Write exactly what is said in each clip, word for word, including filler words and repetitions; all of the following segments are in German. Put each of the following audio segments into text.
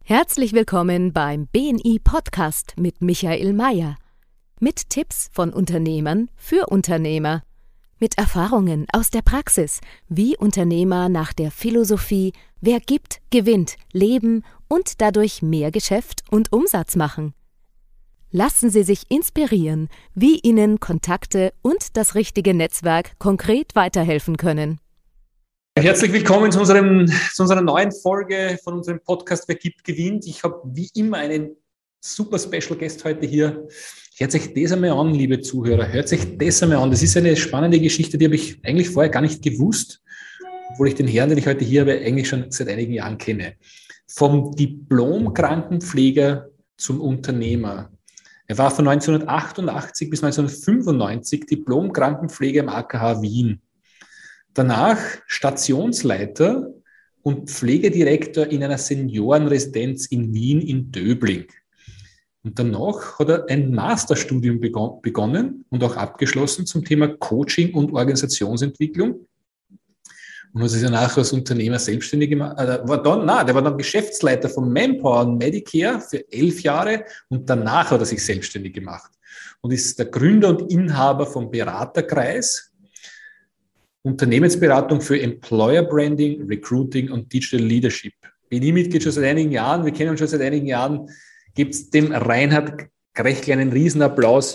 Herzlich willkommen beim B N I-Podcast mit Michael Mayer. Mit Tipps von Unternehmern für Unternehmer. Mit Erfahrungen aus der Praxis, wie Unternehmer nach der Philosophie „Wer gibt, gewinnt" leben und dadurch mehr Geschäft und Umsatz machen. Lassen Sie sich inspirieren, wie Ihnen Kontakte und das richtige Netzwerk konkret weiterhelfen können. Herzlich willkommen zu, unserem, zu unserer neuen Folge von unserem Podcast Wer gibt, gewinnt. Ich habe wie immer einen super Special Guest heute hier. Hört sich das einmal an, liebe Zuhörer. Hört sich das einmal an. Das ist eine spannende Geschichte, die habe ich eigentlich vorher gar nicht gewusst, obwohl ich den Herrn, den ich heute hier habe, eigentlich schon seit einigen Jahren kenne. Vom Diplom-Krankenpfleger zum Unternehmer. Er war von neunzehnhundertachtundachtzig bis neunzehnhundertfünfundneunzig Diplom-Krankenpfleger im A K H Wien. Danach Stationsleiter und Pflegedirektor in einer Seniorenresidenz in Wien in Döbling. Und danach hat er ein Masterstudium begonnen und auch abgeschlossen zum Thema Coaching und Organisationsentwicklung. Und hat sich danach als Unternehmer selbstständig gemacht. Äh, war dann, nein, der war dann Geschäftsleiter von Manpower und Medicare für elf Jahre und danach hat er sich selbstständig gemacht. Und ist der Gründer und Inhaber vom Beraterkreis, Unternehmensberatung für Employer Branding, Recruiting und Digital Leadership. B N I-Mitglied schon seit einigen Jahren, wir kennen uns schon seit einigen Jahren. Gibt es dem Reinhard Krechel einen Riesenapplaus.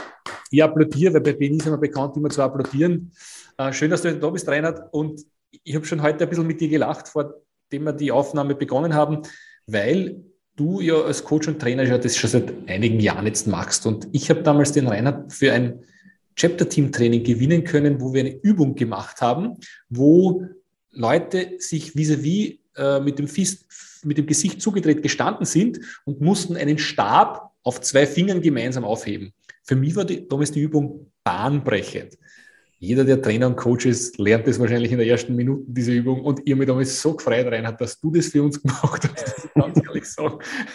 Ich applaudiere, weil bei B N I sind wir bekannt, immer zu applaudieren. Äh, schön, dass du da bist, Reinhard. Und ich habe schon heute ein bisschen mit dir gelacht, vor dem wir die Aufnahme begonnen haben, weil du ja als Coach und Trainer ja das schon seit einigen Jahren jetzt machst. Und ich habe damals den Reinhard für ein Chapter-Team-Training gewinnen können, wo wir eine Übung gemacht haben, wo Leute sich vis-à-vis äh, mit dem, Fist, mit dem Gesicht zugedreht gestanden sind und mussten einen Stab auf zwei Fingern gemeinsam aufheben. Für mich war die, damals die Übung bahnbrechend. Jeder, der Trainer und Coach ist, lernt das wahrscheinlich in der ersten Minute, diese Übung. Und ihr mich damals so gefreut, Reinhard, dass du das für uns gemacht hast. Das muss ich ganz ehrlich sagen.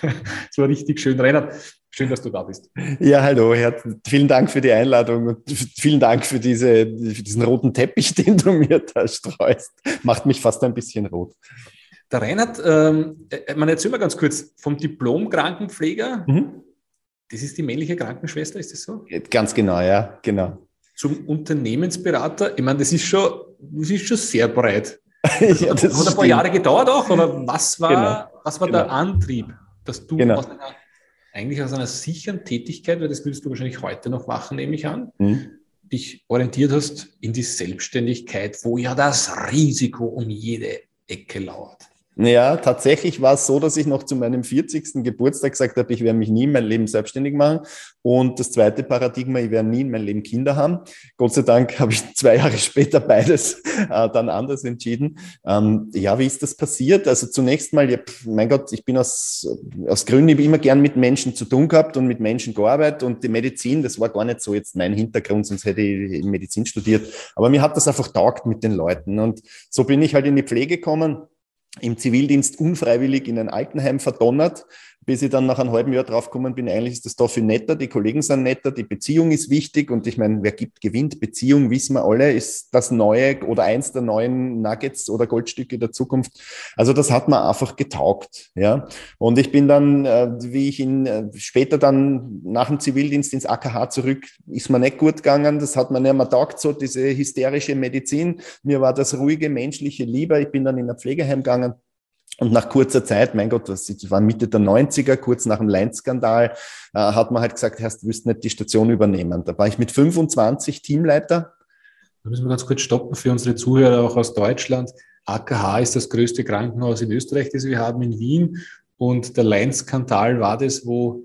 Es war richtig schön. Reinhard, schön, dass du da bist. Ja, hallo. Herr, vielen Dank für die Einladung und vielen Dank für, diese, für diesen roten Teppich, den du mir da streust. Macht mich fast ein bisschen rot. Der Reinhard, ähm, man erzähl mal ganz kurz, vom Diplom-Krankenpfleger, mhm. Das ist die männliche Krankenschwester, ist das so? Ganz genau, ja, genau. Zum Unternehmensberater, ich meine, das ist schon, das ist schon sehr breit. Ja, das hat ein paar stimmt. Jahre gedauert auch, oder was war, genau. was war genau. der Antrieb, dass du genau. aus einer, eigentlich aus einer sicheren Tätigkeit, weil das würdest du wahrscheinlich heute noch machen, nehme ich an, mhm. dich orientiert hast in die Selbstständigkeit, wo ja das Risiko um jede Ecke lauert? Ja, tatsächlich war es so, dass ich noch zu meinem vierzigsten Geburtstag gesagt habe, ich werde mich nie in meinem Leben selbstständig machen. Und das zweite Paradigma, ich werde nie in meinem Leben Kinder haben. Gott sei Dank habe ich zwei Jahre später beides äh, dann anders entschieden. Ähm, ja, wie ist das passiert? Also zunächst mal, ja, mein Gott, ich bin aus, aus Gründen, ich habe immer gern mit Menschen zu tun gehabt und mit Menschen gearbeitet. Und die Medizin, das war gar nicht so jetzt mein Hintergrund, sonst hätte ich Medizin studiert. Aber mir hat das einfach taugt mit den Leuten. Und so bin ich halt in die Pflege gekommen. Im Zivildienst unfreiwillig in ein Altenheim verdonnert, bis ich dann nach einem halben Jahr draufgekommen bin, eigentlich ist das da viel netter, die Kollegen sind netter, die Beziehung ist wichtig und ich meine, wer gibt, gewinnt. Beziehung, wissen wir alle, ist das neue oder eins der neuen Nuggets oder Goldstücke der Zukunft. Also das hat mir einfach getaugt, ja. Und ich bin dann, wie ich in, später dann nach dem Zivildienst ins A K H zurück, ist mir nicht gut gegangen, das hat mir nicht mehr taugt, so diese hysterische Medizin. Mir war das ruhige, menschliche lieber. Ich bin dann in ein Pflegeheim gegangen. Und nach kurzer Zeit, mein Gott, das war Mitte der neunziger, kurz nach dem Leinz-Skandal, äh, hat man halt gesagt, Herr, du wirst nicht die Station übernehmen. Da war ich mit fünfundzwanzig Teamleiter. Da müssen wir ganz kurz stoppen für unsere Zuhörer auch aus Deutschland. A K H ist das größte Krankenhaus in Österreich, das wir haben in Wien. Und der Leinz-Skandal war das, wo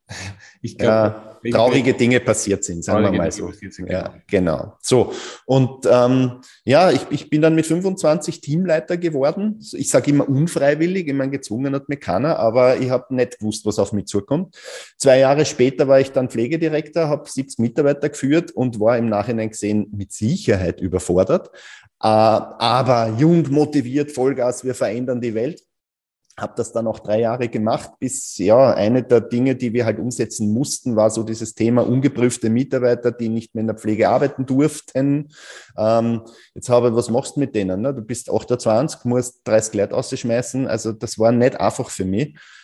ich glaube, ja, traurige Dinge passiert sind, sagen wir mal so. Sind, ja, genau. So. Und ähm, ja, ich, ich bin dann mit fünfundzwanzig Teamleiter geworden. Ich sage immer unfreiwillig, ich meine, gezwungen hat mir keiner, aber ich habe nicht gewusst, was auf mich zukommt. Zwei Jahre später war ich dann Pflegedirektor, habe siebzig Mitarbeiter geführt und war im Nachhinein gesehen mit Sicherheit überfordert. Äh, aber jung, motiviert, Vollgas, wir verändern die Welt. Habe das dann auch drei Jahre gemacht, bis ja eine der Dinge, die wir halt umsetzen mussten, war so dieses Thema ungeprüfte Mitarbeiter, die nicht mehr in der Pflege arbeiten durften. Ähm, jetzt habe ich, was machst du mit denen? Ne? Du bist achtundzwanzig, musst dreißig Leute rausschmeißen. Also das war nicht einfach für mich.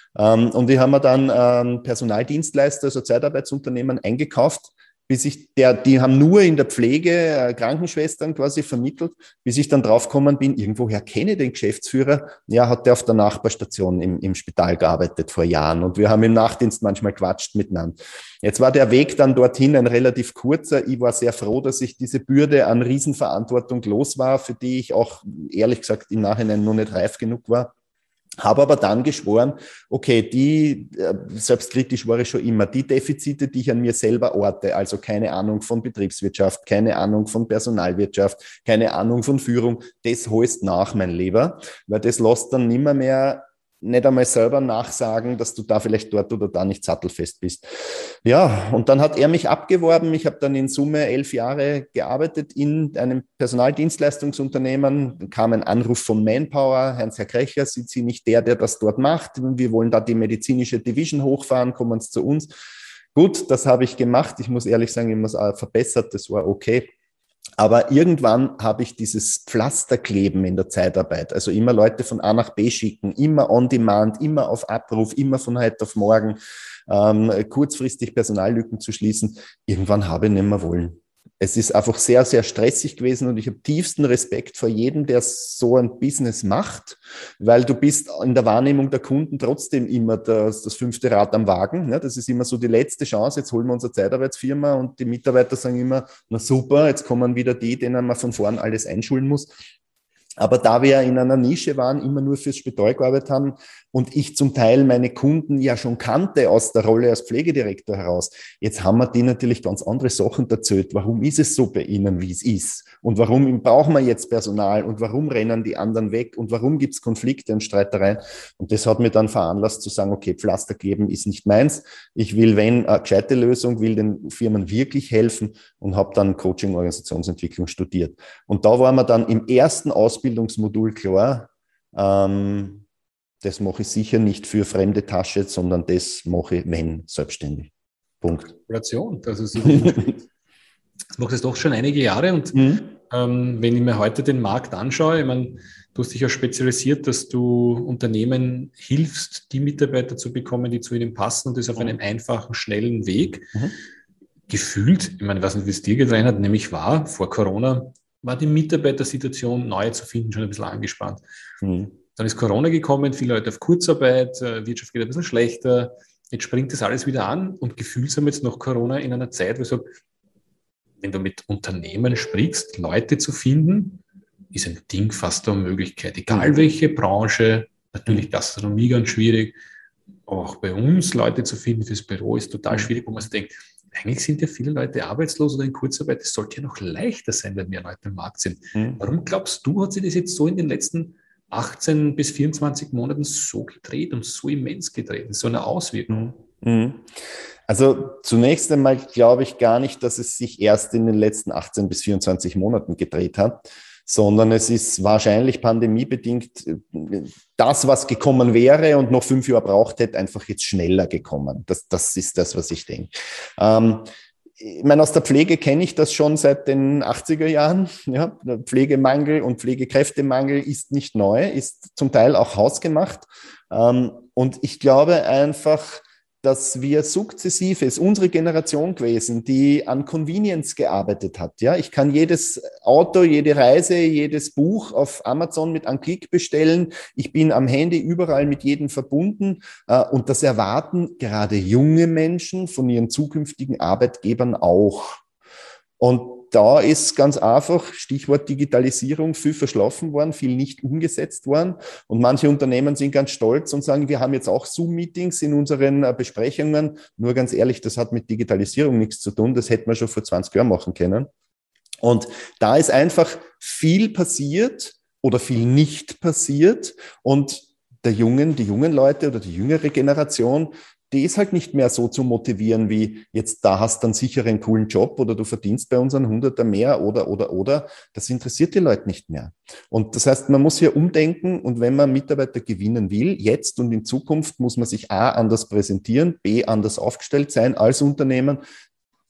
Und die haben wir dann ähm, Personaldienstleister, also Zeitarbeitsunternehmen eingekauft, bis ich, der, die haben nur in der Pflege äh, Krankenschwestern quasi vermittelt, bis ich dann draufgekommen bin, irgendwoher kenne ich den Geschäftsführer, ja, hat der auf der Nachbarstation im, im Spital gearbeitet vor Jahren und wir haben im Nachtdienst manchmal quatscht miteinander. Jetzt war der Weg dann dorthin ein relativ kurzer. Ich war sehr froh, dass ich diese Bürde an Riesenverantwortung los war, für die ich auch ehrlich gesagt im Nachhinein noch nicht reif genug war. Habe aber dann geschworen, okay, die, selbstkritisch war ich schon immer, die Defizite, die ich an mir selber orte, also keine Ahnung von Betriebswirtschaft, keine Ahnung von Personalwirtschaft, keine Ahnung von Führung, das holst nach, mein Lieber, weil das lässt dann nimmer mehr nicht einmal selber nachsagen, dass du da vielleicht dort oder da nicht sattelfest bist. Ja, und dann hat er mich abgeworben. Ich habe dann in Summe elf Jahre gearbeitet in einem Personaldienstleistungsunternehmen. Dann kam ein Anruf von Manpower. Heinz-Herr Krecher, sind Sie nicht der, der das dort macht? Wir wollen da die medizinische Division hochfahren, kommen Sie zu uns. Gut, das habe ich gemacht. Ich muss ehrlich sagen, ich muss auch verbessert, das war okay. Aber irgendwann habe ich dieses Pflasterkleben in der Zeitarbeit, also immer Leute von A nach B schicken, immer on demand, immer auf Abruf, immer von heute auf morgen, ähm, kurzfristig Personallücken zu schließen. Irgendwann habe ich nicht mehr wollen. Es ist einfach sehr, sehr stressig gewesen und ich habe tiefsten Respekt vor jedem, der so ein Business macht, weil du bist in der Wahrnehmung der Kunden trotzdem immer das, das fünfte Rad am Wagen. Ne? Das ist immer so die letzte Chance. Jetzt holen wir unsere Zeitarbeitsfirma und die Mitarbeiter sagen immer, na super, jetzt kommen wieder die, denen man von vorn alles einschulen muss. Aber da wir in einer Nische waren, immer nur fürs Spital gearbeitet haben und ich zum Teil meine Kunden ja schon kannte aus der Rolle als Pflegedirektor heraus, jetzt haben wir denen natürlich ganz andere Sachen erzählt. Warum ist es so bei Ihnen, wie es ist? Und warum brauchen wir jetzt Personal? Und warum rennen die anderen weg? Und warum gibt es Konflikte und Streitereien? Und das hat mir dann veranlasst zu sagen, okay, Pflasterkleben ist nicht meins. Ich will, wenn, eine gescheite Lösung, will den Firmen wirklich helfen und habe dann Coaching, Organisationsentwicklung studiert. Und da war mir dann im ersten Ausbildungsmodul klar, ähm, das mache ich sicher nicht für fremde Tasche, sondern das mache ich, wenn, selbstständig. Punkt. Gratulation. Das ist das macht es doch schon einige Jahre und mhm. ähm, wenn ich mir heute den Markt anschaue, ich meine, du hast dich ja spezialisiert, dass du Unternehmen hilfst, die Mitarbeiter zu bekommen, die zu ihnen passen und das auf mhm. einem einfachen, schnellen Weg. Mhm. Gefühlt, ich meine, was nicht, wie es dir getan hat, nämlich war, vor Corona war die Mitarbeitersituation neu zu finden schon ein bisschen angespannt. Mhm. Dann ist Corona gekommen, viele Leute auf Kurzarbeit, Wirtschaft geht ein bisschen schlechter. Jetzt springt das alles wieder an und gefühlt sind wir jetzt nach Corona in einer Zeit, wo ich sage, wenn du mit Unternehmen sprichst, Leute zu finden, ist ein Ding fast eine Möglichkeit. Egal welche Branche, natürlich Gastronomie ganz schwierig. Auch bei uns Leute zu finden fürs Büro ist total schwierig, wo man sich denkt, eigentlich sind ja viele Leute arbeitslos oder in Kurzarbeit. Es sollte ja noch leichter sein, wenn mehr Leute im Markt sind. Mhm. Warum glaubst du, hat sich das jetzt so in den letzten achtzehn bis vierundzwanzig Monaten so gedreht und so immens gedreht? So eine Auswirkung. Mhm. Also zunächst einmal glaube ich gar nicht, dass es sich erst in den letzten achtzehn bis vierundzwanzig Monaten gedreht hat, sondern es ist wahrscheinlich pandemiebedingt das, was gekommen wäre und noch fünf Jahre braucht hätte, einfach jetzt schneller gekommen. Das, das ist das, was ich denke. Ähm, Ich meine, aus der Pflege kenne ich das schon seit den achtziger Jahren. Ja, Pflegemangel und Pflegekräftemangel ist nicht neu, ist zum Teil auch hausgemacht. Und ich glaube einfach, dass wir sukzessive, es ist unsere Generation gewesen, die an Convenience gearbeitet hat. Ja, ich kann jedes Auto, jede Reise, jedes Buch auf Amazon mit einem Klick bestellen. Ich bin am Handy überall mit jedem verbunden. Und das erwarten gerade junge Menschen von ihren zukünftigen Arbeitgebern auch. Und da ist ganz einfach, Stichwort Digitalisierung, viel verschlafen worden, viel nicht umgesetzt worden. Und manche Unternehmen sind ganz stolz und sagen, wir haben jetzt auch Zoom-Meetings in unseren Besprechungen. Nur ganz ehrlich, das hat mit Digitalisierung nichts zu tun. Das hätten wir schon vor zwanzig Jahren machen können. Und da ist einfach viel passiert oder viel nicht passiert. Und der jungen, die jungen Leute oder die jüngere Generation, die ist halt nicht mehr so zu motivieren wie jetzt, da hast du einen sicheren, coolen Job oder du verdienst bei uns einen Hunderter mehr oder, oder, oder. Das interessiert die Leute nicht mehr. Und das heißt, man muss hier umdenken und wenn man Mitarbeiter gewinnen will, jetzt und in Zukunft muss man sich A, anders präsentieren, B, anders aufgestellt sein als Unternehmen.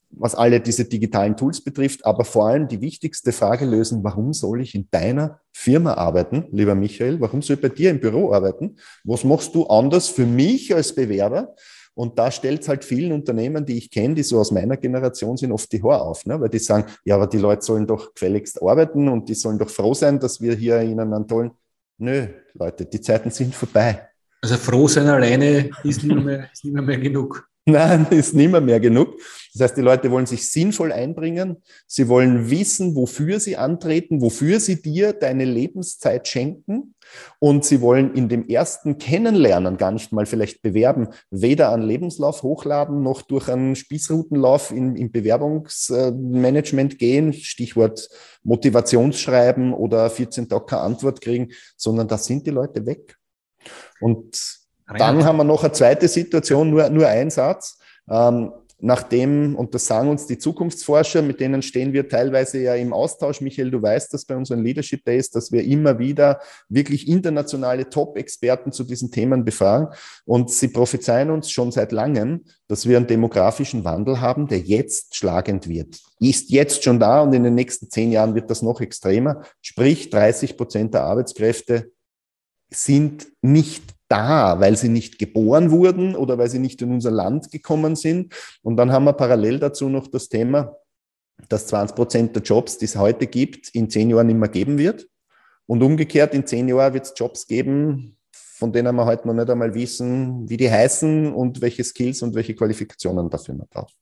was alle diese digitalen Tools betrifft, aber vor allem die wichtigste Frage lösen, warum soll ich in deiner Firma arbeiten, lieber Michael? Warum soll ich bei dir im Büro arbeiten? Was machst du anders für mich als Bewerber? Und da stellt es halt vielen Unternehmen, die ich kenne, die so aus meiner Generation sind, oft die Haare auf, ne? Weil die sagen, ja, aber die Leute sollen doch gefälligst arbeiten und die sollen doch froh sein, dass wir hier ihnen einen tollen... Nö, Leute, die Zeiten sind vorbei. Also froh sein alleine ist nicht mehr, ist nicht mehr, mehr genug. Nein, ist nicht mehr, mehr genug. Das heißt, die Leute wollen sich sinnvoll einbringen. Sie wollen wissen, wofür sie antreten, wofür sie dir deine Lebenszeit schenken. Und sie wollen in dem ersten Kennenlernen gar nicht mal vielleicht bewerben, weder einen Lebenslauf hochladen, noch durch einen Spießrutenlauf im, im Bewerbungsmanagement gehen, Stichwort Motivationsschreiben oder vierzehn Tage keine Antwort kriegen, sondern da sind die Leute weg. Und dann haben wir noch eine zweite Situation, nur, nur ein Satz. Ähm, nachdem, und das sagen uns die Zukunftsforscher, mit denen stehen wir teilweise ja im Austausch. Michael, du weißt das bei unseren Leadership Days, dass wir immer wieder wirklich internationale Top-Experten zu diesen Themen befragen. Und sie prophezeien uns schon seit langem, dass wir einen demografischen Wandel haben, der jetzt schlagend wird. Ist jetzt schon da und in den nächsten zehn Jahren wird das noch extremer. Sprich, dreißig Prozent der Arbeitskräfte sind nicht da, weil sie nicht geboren wurden oder weil sie nicht in unser Land gekommen sind. Und dann haben wir parallel dazu noch das Thema, dass zwanzig Prozent der Jobs, die es heute gibt, in zehn Jahren nicht mehr geben wird. Und umgekehrt, in zehn Jahren wird es Jobs geben, von denen wir heute noch nicht einmal wissen, wie die heißen und welche Skills und welche Qualifikationen dafür man braucht.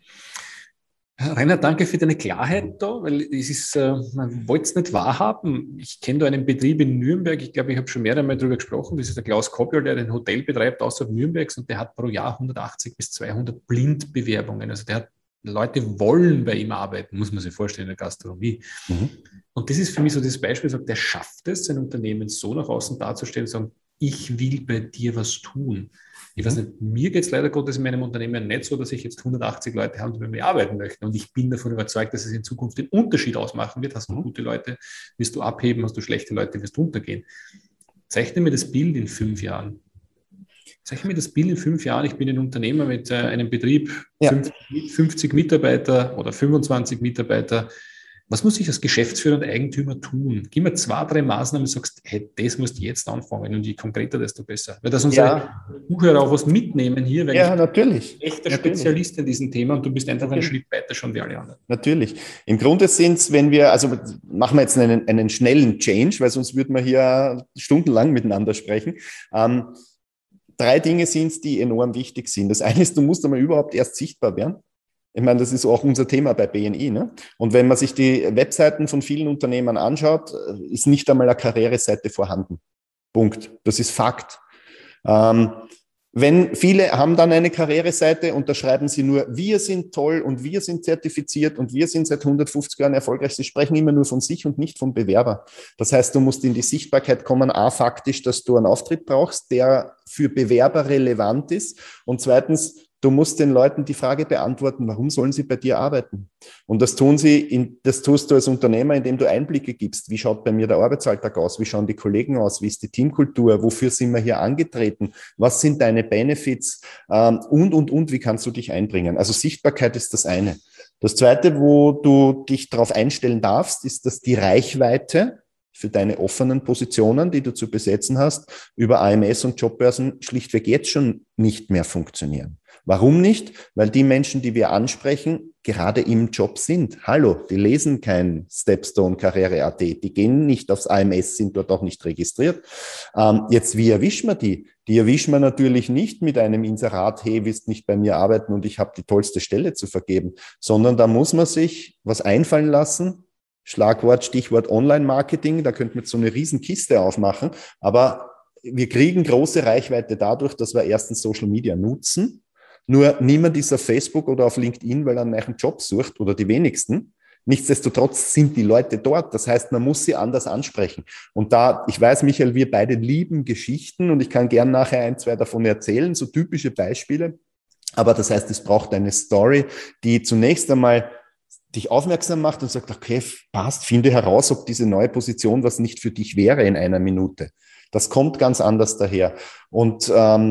Rainer, danke für deine Klarheit da, weil es ist, äh, man wollte es nicht wahrhaben. Ich kenne da einen Betrieb in Nürnberg, ich glaube, ich habe schon mehrere Mal darüber gesprochen, das ist der Klaus Koppel, der ein Hotel betreibt außerhalb Nürnbergs und der hat pro Jahr hundertachtzig bis zweihundert Blindbewerbungen. Also der hat, Leute wollen bei ihm arbeiten, muss man sich vorstellen, in der Gastronomie. Mhm. Und das ist für mich so das Beispiel, sagt, der schafft es, sein Unternehmen so nach außen darzustellen, sagen, ich will bei dir was tun. Ich weiß nicht, mir geht es leider Gottes in meinem Unternehmen nicht so, dass ich jetzt hundertachtzig Leute habe, die bei mir arbeiten möchten. Und ich bin davon überzeugt, dass es in Zukunft den Unterschied ausmachen wird. Hast du gute Leute, wirst du abheben, hast du schlechte Leute, wirst du untergehen. Zeichne mir das Bild in fünf Jahren. Zeichne mir das Bild in fünf Jahren. Ich bin ein Unternehmer mit äh, einem Betrieb, ja. fünfzig, fünfzig Mitarbeiter oder fünfundzwanzig Mitarbeiter. Was muss ich als Geschäftsführer und Eigentümer tun? Gib mir zwei, drei Maßnahmen und sagst, hey, das musst du jetzt anfangen. Und je konkreter, desto besser. Weil das unsere ja. Zuhörer auch was mitnehmen hier, weil ja, ich natürlich. bin echter natürlich. Spezialist in diesem Thema und du bist einfach natürlich. einen Schritt weiter schon wie alle anderen. Natürlich. Im Grunde sind es, wenn wir, also machen wir jetzt einen, einen schnellen Change, weil sonst würden wir hier stundenlang miteinander sprechen. Ähm, drei Dinge sind es, die enorm wichtig sind. Das eine ist, du musst einmal überhaupt erst sichtbar werden. Ich meine, das ist auch unser Thema bei B N I. Ne? Und wenn man sich die Webseiten von vielen Unternehmen anschaut, ist nicht einmal eine Karriereseite vorhanden. Punkt. Das ist Fakt. Ähm, wenn viele haben dann eine Karriereseite und da schreiben sie nur, wir sind toll und wir sind zertifiziert und wir sind seit hundertfünfzig Jahren erfolgreich. Sie sprechen immer nur von sich und nicht vom Bewerber. Das heißt, du musst in die Sichtbarkeit kommen, a, faktisch, dass du einen Auftritt brauchst, der für Bewerber relevant ist und zweitens, du musst den Leuten die Frage beantworten, warum sollen sie bei dir arbeiten? Und das tun sie, in, das tust du als Unternehmer, indem du Einblicke gibst. Wie schaut bei mir der Arbeitsalltag aus? Wie schauen die Kollegen aus? Wie ist die Teamkultur? Wofür sind wir hier angetreten? Was sind deine Benefits? Ähm, und, und, und, wie kannst du dich einbringen? Also Sichtbarkeit ist das eine. Das zweite, wo du dich darauf einstellen darfst, ist, dass die Reichweite für deine offenen Positionen, die du zu besetzen hast, über A M S und Jobbörsen schlichtweg jetzt schon nicht mehr funktionieren. Warum nicht? Weil die Menschen, die wir ansprechen, gerade im Job sind. Hallo, die lesen kein Stepstone Karriere Punkt A T, die gehen nicht aufs A M S, sind dort auch nicht registriert. Ähm, jetzt, wie erwischen wir die? Die erwischen wir natürlich nicht mit einem Inserat, hey, willst nicht bei mir arbeiten und ich habe die tollste Stelle zu vergeben, sondern da muss man sich was einfallen lassen. Schlagwort, Stichwort Online-Marketing, da könnte man jetzt so eine Riesenkiste aufmachen, aber wir kriegen große Reichweite dadurch, dass wir erstens Social Media nutzen. Nur niemand ist auf Facebook oder auf LinkedIn, weil er einen neuen Job sucht oder die wenigsten. Nichtsdestotrotz sind die Leute dort. Das heißt, man muss sie anders ansprechen. Und da, ich weiß, Michael, wir beide lieben Geschichten und ich kann gern nachher ein, zwei davon erzählen, so typische Beispiele. Aber das heißt, es braucht eine Story, die zunächst einmal dich aufmerksam macht und sagt, okay, passt, finde heraus, ob diese neue Position was nicht für dich wäre in einer Minute. Das kommt ganz anders daher. Und ähm,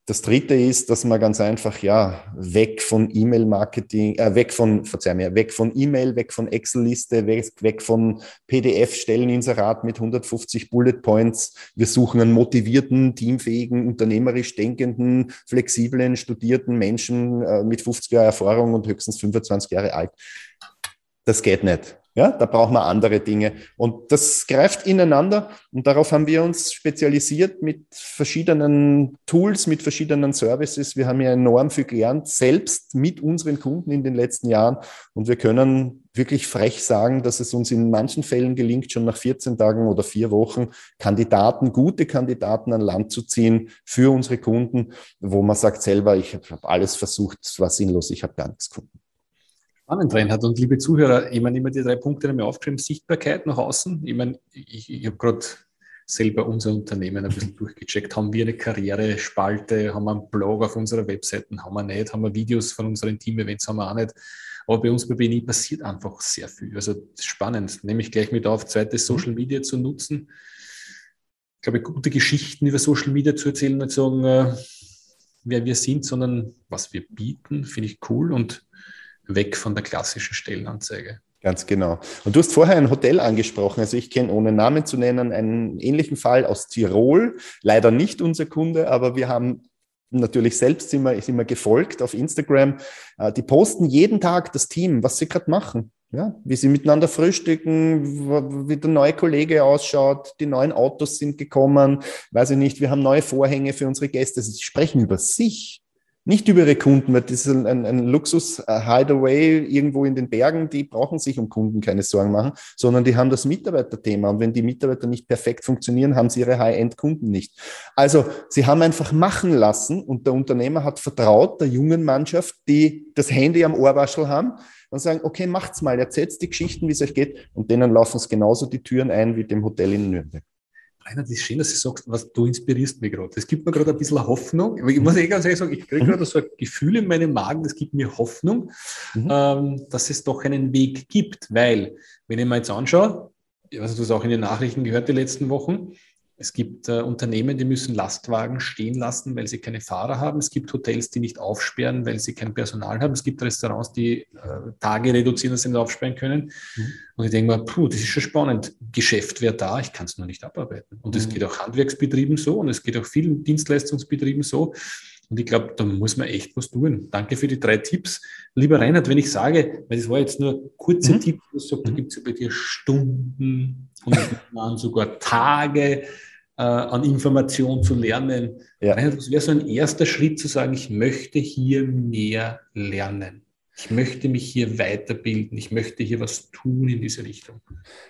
Das dritte ist, dass man ganz einfach, ja, weg von E-Mail-Marketing, äh, weg von, verzeih mir, weg von E-Mail, weg von Excel-Liste, weg, weg von P D F-Stelleninserat mit hundertfünfzig Bullet Points. Wir suchen einen motivierten, teamfähigen, unternehmerisch denkenden, flexiblen, studierten Menschen äh, mit fünfzig Jahren Erfahrung und höchstens fünfundzwanzig Jahre alt. Das geht nicht. Ja, da brauchen wir andere Dinge. Und das greift ineinander. Und darauf haben wir uns spezialisiert mit verschiedenen Tools, mit verschiedenen Services. Wir haben ja enorm viel gelernt, selbst mit unseren Kunden in den letzten Jahren. Und wir können wirklich frech sagen, dass es uns in manchen Fällen gelingt, schon nach vierzehn Tagen oder vier Wochen Kandidaten, gute Kandidaten an Land zu ziehen für unsere Kunden, wo man sagt selber, ich habe alles versucht, es war sinnlos, ich habe gar nichts gefunden. Spannend, Reinhard. Und liebe Zuhörer, ich meine, immer die drei Punkte haben wir aufgeschrieben. Sichtbarkeit nach außen. Ich meine, ich, ich habe gerade selber unser Unternehmen ein bisschen durchgecheckt. Haben wir eine Karrierespalte? Haben wir einen Blog auf unserer Webseite? Haben wir nicht? Haben wir Videos von unseren Team-Events? Haben wir auch nicht. Aber bei uns bei B N I passiert einfach sehr viel. Also spannend. Nehme ich gleich mit auf, zweites Social Media zu nutzen. Ich glaube, gute Geschichten über Social Media zu erzählen, nicht sagen, äh, wer wir sind, sondern was wir bieten, finde ich cool und weg von der klassischen Stellenanzeige. Ganz genau. Und du hast vorher ein Hotel angesprochen. Also ich kenne, ohne Namen zu nennen, einen ähnlichen Fall aus Tirol. Leider nicht unser Kunde, aber wir haben natürlich selbst sind wir, sind wir gefolgt auf Instagram. Die posten jeden Tag das Team, was sie gerade machen. Ja, wie sie miteinander frühstücken, wie der neue Kollege ausschaut, die neuen Autos sind gekommen, weiß ich nicht, wir haben neue Vorhänge für unsere Gäste. Sie sprechen über sich. Nicht über ihre Kunden, weil das ist ein, ein, ein Luxus-Hideaway irgendwo in den Bergen, die brauchen sich um Kunden keine Sorgen machen, sondern die haben das Mitarbeiterthema. Und wenn die Mitarbeiter nicht perfekt funktionieren, haben sie ihre High-End-Kunden nicht. Also sie haben einfach machen lassen und der Unternehmer hat vertraut der jungen Mannschaft, die das Handy am Ohrwaschel haben und sagen, okay, macht's mal, erzählt die Geschichten, wie es euch geht. Und denen laufen es genauso die Türen ein wie dem Hotel in Nürnberg. Reinhard, das ist schön, dass du sagst, was du inspirierst mich gerade. Das gibt mir gerade ein bisschen Hoffnung. Ich muss eh ganz ehrlich sagen, ich kriege mhm. gerade so ein Gefühl in meinem Magen, das gibt mir Hoffnung, mhm. ähm, dass es doch einen Weg gibt. Weil, wenn ich mir jetzt anschaue, ich weiß nicht, du hast auch in den Nachrichten gehört die letzten Wochen, es gibt äh, Unternehmen, die müssen Lastwagen stehen lassen, weil sie keine Fahrer haben. Es gibt Hotels, die nicht aufsperren, weil sie kein Personal haben. Es gibt Restaurants, die äh, Tage reduzieren, dass sie nicht aufsperren können. Mhm. Und ich denke mir, puh, das ist schon spannend. Geschäft wäre da, ich kann es nur nicht abarbeiten. Und es mhm. geht auch Handwerksbetrieben so und es geht auch vielen Dienstleistungsbetrieben so. Und ich glaube, da muss man echt was tun. Danke für die drei Tipps. Lieber Reinhard, wenn ich sage, weil das war jetzt nur kurze mhm. Tipps, du sagst, da gibt es ja bei dir Stunden und sogar Tage äh, an Information zu lernen. Ja. Reinhard, was wäre so ein erster Schritt zu sagen, ich möchte hier mehr lernen? Ich möchte mich hier weiterbilden. Ich möchte hier was tun in diese Richtung.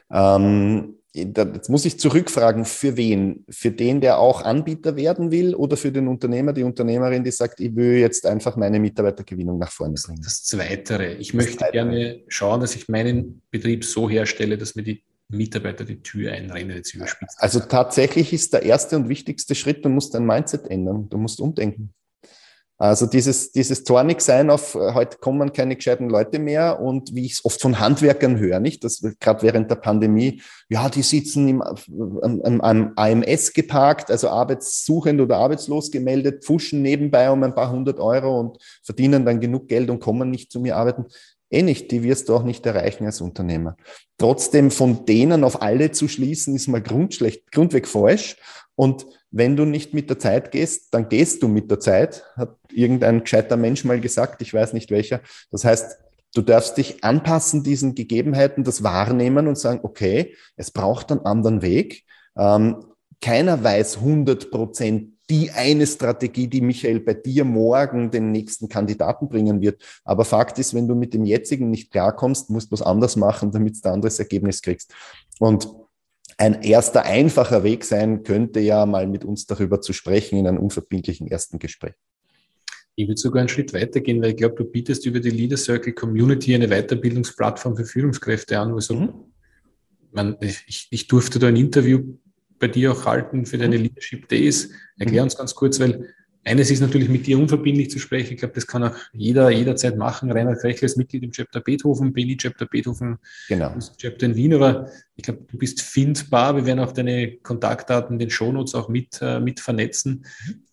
Ähm, jetzt muss ich zurückfragen, für wen? Für den, der auch Anbieter werden will oder für den Unternehmer, die Unternehmerin, die sagt, ich will jetzt einfach meine Mitarbeitergewinnung nach vorne bringen? Das Zweitere. Ich das möchte Zweitere. gerne schauen, dass ich meinen Betrieb so herstelle, dass mir die Mitarbeiter die Tür einrennen, jetzt überspitzt. Also tatsächlich ist der erste und wichtigste Schritt, du musst dein Mindset ändern. Du musst umdenken. Also dieses, dieses zornig sein auf, heute kommen keine gescheiten Leute mehr und wie ich es oft von Handwerkern höre, nicht, dass gerade während der Pandemie, ja, die sitzen im, am, am A M S geparkt, also arbeitssuchend oder arbeitslos gemeldet, pfuschen nebenbei um ein paar hundert Euro und verdienen dann genug Geld und kommen nicht zu mir arbeiten. Eh nicht, die wirst du auch nicht erreichen als Unternehmer. Trotzdem von denen auf alle zu schließen, ist mal grundschlecht, grundweg falsch. Und wenn du nicht mit der Zeit gehst, dann gehst du mit der Zeit, hat irgendein gescheiter Mensch mal gesagt, ich weiß nicht welcher. Das heißt, du darfst dich anpassen diesen Gegebenheiten, das wahrnehmen und sagen, okay, es braucht einen anderen Weg. Ähm, keiner weiß hundert Prozent die eine Strategie, die Michael bei dir morgen den nächsten Kandidaten bringen wird. Aber Fakt ist, wenn du mit dem jetzigen nicht klarkommst, musst du was anderes machen, damit du ein anderes Ergebnis kriegst. Und ein erster einfacher Weg sein könnte ja mal mit uns darüber zu sprechen in einem unverbindlichen ersten Gespräch. Ich würde sogar einen Schritt weitergehen, weil ich glaube, du bietest über die Leader Circle Community eine Weiterbildungsplattform für Führungskräfte an. Wo ich, so, mhm. man, ich, ich durfte da ein Interview bei dir auch halten für deine Leadership Days. Erklär uns ganz kurz, weil eines ist natürlich mit dir unverbindlich zu sprechen. Ich glaube, das kann auch jeder jederzeit machen. Reinhard Krechler ist Mitglied im Chapter Beethoven, B N I Chapter Beethoven, genau. Chapter in Wien. Aber ich glaube, du bist findbar. Wir werden auch deine Kontaktdaten in den Shownotes auch mit, äh, mit vernetzen.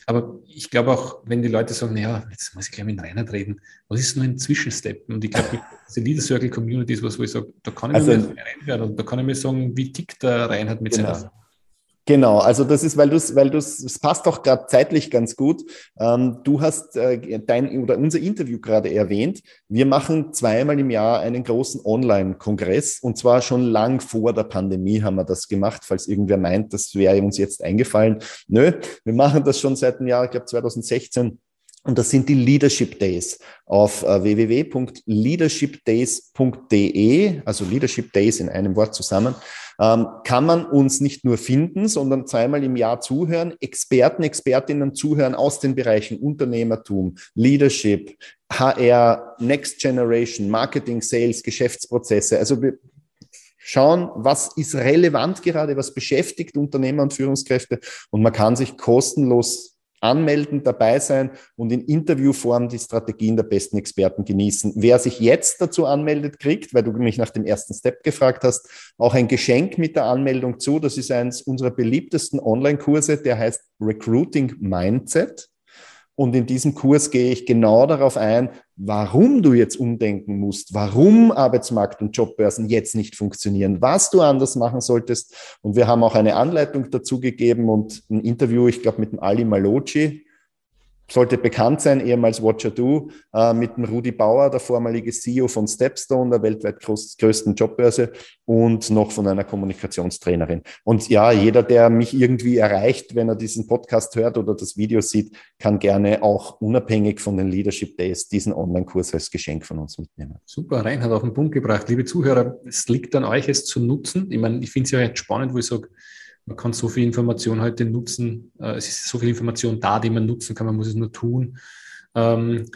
Aber ich glaube auch, wenn die Leute sagen, naja, jetzt muss ich gleich mit Reinhard reden, was ist nur ein Zwischenstep? Und ich glaube, diese Leader Circle Community ist was, wo ich sage, da kann ich Also, mir mal reinhören und da kann ich mir sagen, wie tickt der Reinhard mit genau. seiner. Genau, also das ist, weil du es, weil du es passt auch gerade zeitlich ganz gut. Ähm, du hast äh, dein oder unser Interview gerade erwähnt. Wir machen zweimal im Jahr einen großen Online-Kongress und zwar schon lang vor der Pandemie haben wir das gemacht, falls irgendwer meint, das wäre uns jetzt eingefallen. Nö, wir machen das schon seit dem Jahr, ich glaube zwanzig sechzehn. Und das sind die Leadership Days auf äh, w w w punkt leadership days punkt d e, also Leadership Days in einem Wort zusammen, ähm, kann man uns nicht nur finden, sondern zweimal im Jahr zuhören, Experten, Expertinnen zuhören aus den Bereichen Unternehmertum, Leadership, H R, Next Generation, Marketing, Sales, Geschäftsprozesse. Also wir schauen, was ist relevant gerade, was beschäftigt Unternehmer und Führungskräfte und man kann sich kostenlos anmelden, dabei sein und in Interviewform die Strategien der besten Experten genießen. Wer sich jetzt dazu anmeldet, kriegt, weil du mich nach dem ersten Step gefragt hast, auch ein Geschenk mit der Anmeldung zu. Das ist eines unserer beliebtesten Online-Kurse, der heißt Recruiting Mindset. Und in diesem Kurs gehe ich genau darauf ein, warum du jetzt umdenken musst, warum Arbeitsmarkt und Jobbörsen jetzt nicht funktionieren, was du anders machen solltest. Und wir haben auch eine Anleitung dazu gegeben und ein Interview, ich glaube, mit dem Ali Malocci, sollte bekannt sein, ehemals Watcher Do, äh, mit dem Rudi Bauer, der vormalige C E O von Stepstone, der weltweit groß, größten Jobbörse und noch von einer Kommunikationstrainerin. Und ja, jeder, der mich irgendwie erreicht, wenn er diesen Podcast hört oder das Video sieht, kann gerne auch unabhängig von den Leadership Days diesen Online-Kurs als Geschenk von uns mitnehmen. Super, Reinhard auf den Punkt gebracht. Liebe Zuhörer, es liegt an euch, es zu nutzen. Ich meine, ich finde es ja jetzt spannend, wo ich sage, man kann so viel Information heute nutzen. Es ist so viel Information da, die man nutzen kann. Man muss es nur tun. Ähm,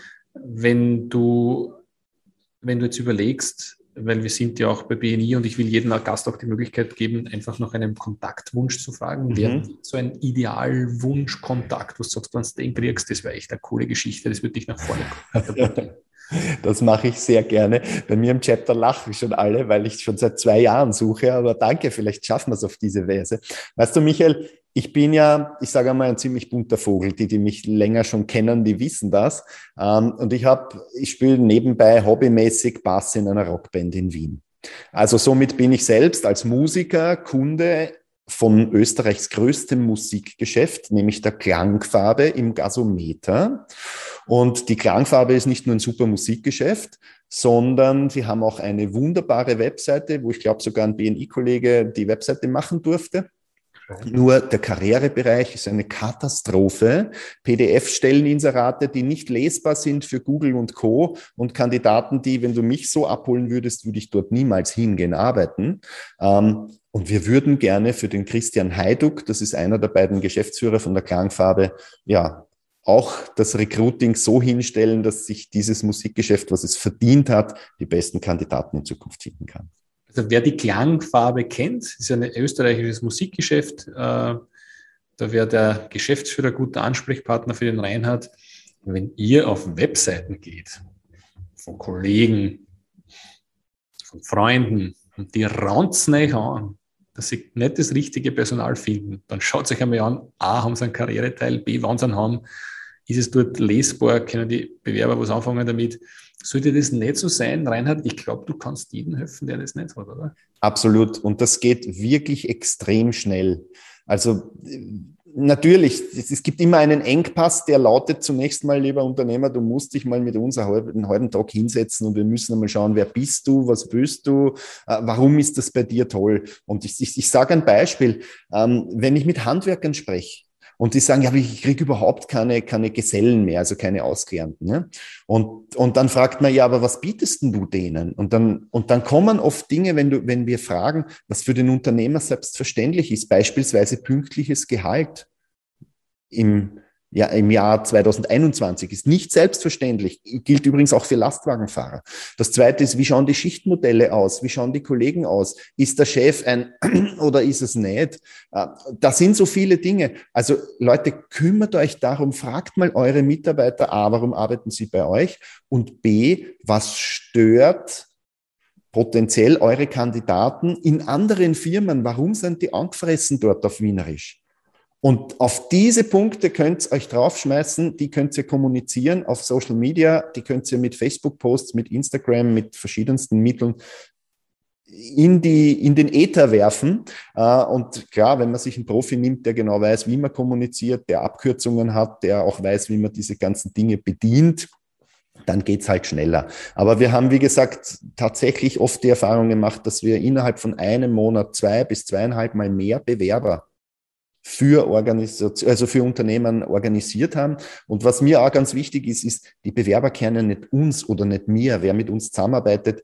wenn du, wenn du jetzt überlegst, weil wir sind ja auch bei B N I und ich will jedem Gast auch die Möglichkeit geben, einfach nach einem Kontaktwunsch zu fragen. Mhm. Wäre so ein Idealwunschkontakt, wo du sagst, wenn du den kriegst, das wäre echt eine coole Geschichte, das würde dich nach vorne kommen. Das mache ich sehr gerne. Bei mir im Chapter lachen schon alle, weil ich schon seit zwei Jahren suche, aber danke, vielleicht schaffen wir es auf diese Weise. Weißt du, Michael, ich bin ja, ich sage einmal, ein ziemlich bunter Vogel. Die, die mich länger schon kennen, die wissen das. Und ich habe, ich spiele nebenbei hobbymäßig Bass in einer Rockband in Wien. Also somit bin ich selbst als Musiker Kunde von Österreichs größtem Musikgeschäft, nämlich der Klangfarbe im Gasometer. Und die Klangfarbe ist nicht nur ein super Musikgeschäft, sondern sie haben auch eine wunderbare Webseite, wo ich glaube sogar ein B N I-Kollege die Webseite machen durfte. Nur der Karrierebereich ist eine Katastrophe. P D F-Stelleninserate, die nicht lesbar sind für Google und Co. Und Kandidaten, die, wenn du mich so abholen würdest, würde ich dort niemals hingehen arbeiten. Und wir würden gerne für den Christian Heiduck, das ist einer der beiden Geschäftsführer von der Klangfarbe, ja, auch das Recruiting so hinstellen, dass sich dieses Musikgeschäft, was es verdient hat, die besten Kandidaten in Zukunft finden kann. Also wer die Klangfarbe kennt, ist ein österreichisches Musikgeschäft. Äh, da wäre der Geschäftsführer guter Ansprechpartner für den Reinhard. Wenn ihr auf Webseiten geht, von Kollegen, von Freunden, und die raunzen euch an, dass sie nicht das richtige Personal finden, dann schaut euch einmal an, A, haben sie einen Karriereteil, B, wann sie einen haben, ist es dort lesbar, können die Bewerber was anfangen damit. Sollte das nicht so sein, Reinhard, ich glaube, du kannst jedem helfen, der das nicht hat, oder? Absolut. Und das geht wirklich extrem schnell. Also natürlich, es gibt immer einen Engpass, der lautet zunächst mal, lieber Unternehmer, du musst dich mal mit uns einen halben Tag hinsetzen und wir müssen einmal schauen, wer bist du, was willst du, warum ist das bei dir toll? Und ich, ich, ich sage ein Beispiel, wenn ich mit Handwerkern spreche, und die sagen, ja, ich kriege überhaupt keine, keine Gesellen mehr, also keine Ausgelernten. Ne? Und, und dann fragt man, ja, aber was bietest denn du denen? Und dann, und dann kommen oft Dinge, wenn du, wenn wir fragen, was für den Unternehmer selbstverständlich ist, beispielsweise pünktliches Gehalt im, ja, im Jahr zwanzig einundzwanzig ist nicht selbstverständlich, gilt übrigens auch für Lastwagenfahrer. Das Zweite ist, wie schauen die Schichtmodelle aus? Wie schauen die Kollegen aus? Ist der Chef ein oder ist es nicht? Da sind so viele Dinge. Also Leute, kümmert euch darum, fragt mal eure Mitarbeiter A, warum arbeiten sie bei euch? Und B, was stört potenziell eure Kandidaten in anderen Firmen? Warum sind die angefressen dort auf Wienerisch? Und auf diese Punkte könnt ihr euch draufschmeißen, die könnt ihr kommunizieren auf Social Media, die könnt ihr mit Facebook-Posts, mit Instagram, mit verschiedensten Mitteln in, die, in den Äther werfen. Und klar, wenn man sich einen Profi nimmt, der genau weiß, wie man kommuniziert, der Abkürzungen hat, der auch weiß, wie man diese ganzen Dinge bedient, dann geht's halt schneller. Aber wir haben, wie gesagt, tatsächlich oft die Erfahrung gemacht, dass wir innerhalb von einem Monat zwei bis zweieinhalb Mal mehr Bewerber für Organisation, also für Unternehmen organisiert haben. Und was mir auch ganz wichtig ist, ist, die Bewerber kennen nicht uns oder nicht mir, wer mit uns zusammenarbeitet.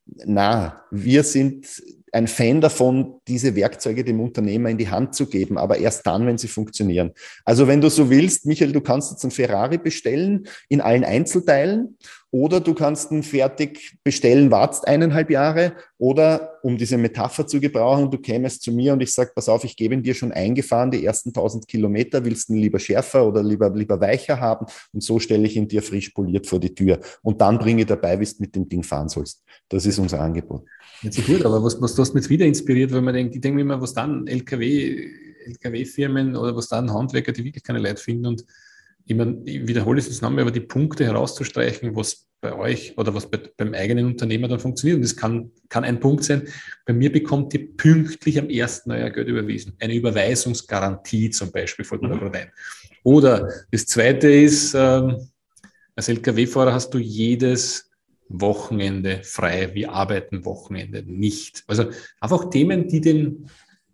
Na, wir sind ein Fan davon, diese Werkzeuge dem Unternehmer in die Hand zu geben, aber erst dann, wenn sie funktionieren. Also wenn du so willst, Michael, du kannst jetzt einen Ferrari bestellen in allen Einzelteilen oder du kannst ihn fertig bestellen, wartest eineinhalb Jahre oder, um diese Metapher zu gebrauchen, du kämest zu mir und ich sage, pass auf, ich gebe ihn dir schon eingefahren, die ersten tausend Kilometer, willst du ihn lieber schärfer oder lieber, lieber weicher haben und so stelle ich ihn dir frisch poliert vor die Tür und dann bringe ich dabei, wie du mit dem Ding fahren sollst. Das ist unser Angebot. Jetzt so gut, aber was, was du hast mich jetzt wieder inspiriert, weil man denkt, ich denke mir immer, was dann L K W, L K W-Firmen oder was dann Handwerker, die wirklich keine Leute finden und ich, meine, ich wiederhole es jetzt nochmal, aber die Punkte herauszustreichen, was bei euch oder was bei, beim eigenen Unternehmer dann funktioniert. Und das kann, kann ein Punkt sein. Bei mir bekommt ihr pünktlich am ersten euer Geld überwiesen. Eine Überweisungsgarantie zum Beispiel fällt mir da gerade ein. Oder das zweite ist, ähm, als L K W-Fahrer hast du jedes Wochenende frei. Wir arbeiten Wochenende nicht. Also einfach Themen, die den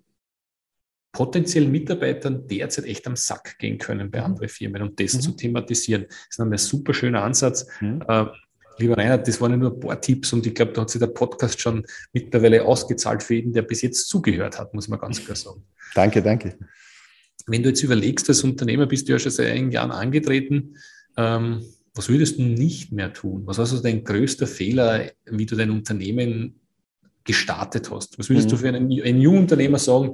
potenziellen Mitarbeitern derzeit echt am Sack gehen können bei anderen Firmen und das mhm. zu thematisieren. Das ist ein super schöner Ansatz. Mhm. Äh, lieber Reinhard, das waren ja nur ein paar Tipps und ich glaube, da hat sich der Podcast schon mittlerweile ausgezahlt für jeden, der bis jetzt zugehört hat, muss man ganz klar sagen. Danke, danke. Wenn du jetzt überlegst, als Unternehmer bist du ja schon seit einigen Jahren angetreten, ähm, was würdest du nicht mehr tun? Was war so dein größter Fehler, wie du dein Unternehmen gestartet hast? Was würdest mhm. du für einen, einen jungen Unternehmer sagen?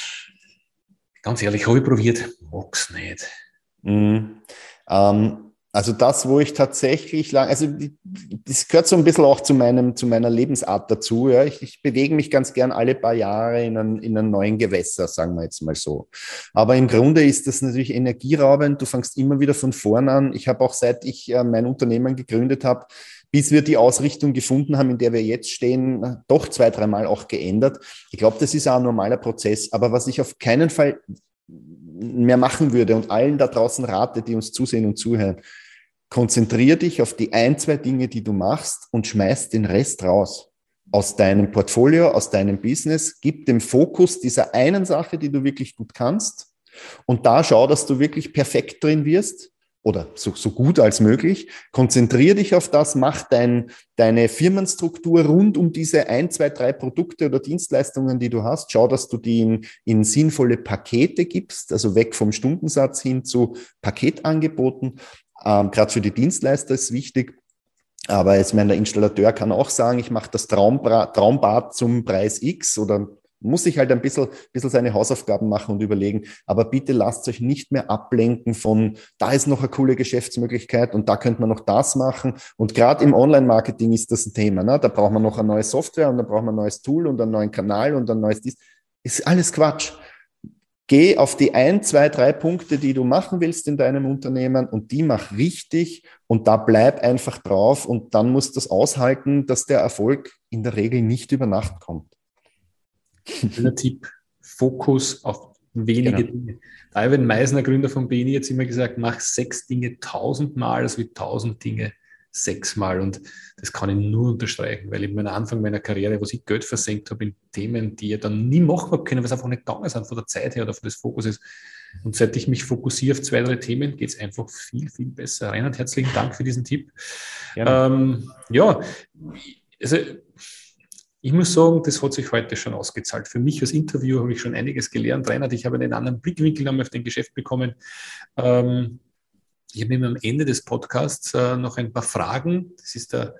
Ganz ehrlich, habe ich probiert, mag's nicht. Mhm. Ähm, also das, wo ich tatsächlich lang, also das gehört so ein bisschen auch zu meinem, zu meiner Lebensart dazu. Ja. Ich, ich bewege mich ganz gern alle paar Jahre in einen, in einen neuen Gewässer, sagen wir jetzt mal so. Aber im Grunde ist das natürlich energieraubend. Du fängst immer wieder von vorn an. Ich habe auch, seit ich äh, mein Unternehmen gegründet habe, bis wir die Ausrichtung gefunden haben, in der wir jetzt stehen, doch zwei, dreimal auch geändert. Ich glaube, das ist auch ein normaler Prozess. Aber was ich auf keinen Fall mehr machen würde und allen da draußen rate, die uns zusehen und zuhören, konzentriere dich auf die ein, zwei Dinge, die du machst und schmeiß den Rest raus. Aus deinem Portfolio, aus deinem Business. Gib dem Fokus dieser einen Sache, die du wirklich gut kannst. Und da schau, dass du wirklich perfekt drin wirst. Oder so, so gut als möglich. Konzentriere dich auf das, mach dein, deine Firmenstruktur rund um diese ein, zwei, drei Produkte oder Dienstleistungen, die du hast. Schau, dass du die in, in sinnvolle Pakete gibst, also weg vom Stundensatz hin zu Paketangeboten. Ähm, gerade für die Dienstleister ist wichtig. Aber jetzt, mein, der Installateur kann auch sagen, ich mache das Traumbra- Traumbad zum Preis X oder muss sich halt ein bisschen, bisschen seine Hausaufgaben machen und überlegen. Aber bitte lasst euch nicht mehr ablenken von, da ist noch eine coole Geschäftsmöglichkeit und da könnte man noch das machen. Und gerade im Online-Marketing ist das ein Thema. Ne? Da braucht man noch eine neue Software und da braucht man ein neues Tool und einen neuen Kanal und ein neues dies. Ist alles Quatsch. Geh auf die ein, zwei, drei Punkte, die du machen willst in deinem Unternehmen und die mach richtig und da bleib einfach drauf und dann musst du das aushalten, dass der Erfolg in der Regel nicht über Nacht kommt. Schöner Tipp, Fokus auf wenige genau. Dinge. Ivan Meisner, Gründer von B N I, hat immer gesagt, mach sechs Dinge tausendmal, als wie tausend Dinge sechsmal. Und das kann ich nur unterstreichen, weil ich am Anfang meiner Karriere, wo ich Geld versenkt habe in Themen, die ich dann nie machen habe können, weil es einfach nicht gegangen sind von der Zeit her oder von des Fokus ist. Und seit ich mich fokussiere auf zwei, drei Themen, geht es einfach viel, viel besser. Reinhard, herzlichen Dank für diesen Tipp. Ähm, ja, also ich muss sagen, das hat sich heute schon ausgezahlt. Für mich als Interviewer habe ich schon einiges gelernt. Reinhard, ich habe einen anderen Blickwinkel nochmal auf den Geschäft bekommen. Ähm, ich habe mir am Ende des Podcasts äh, noch ein paar Fragen. Das ist der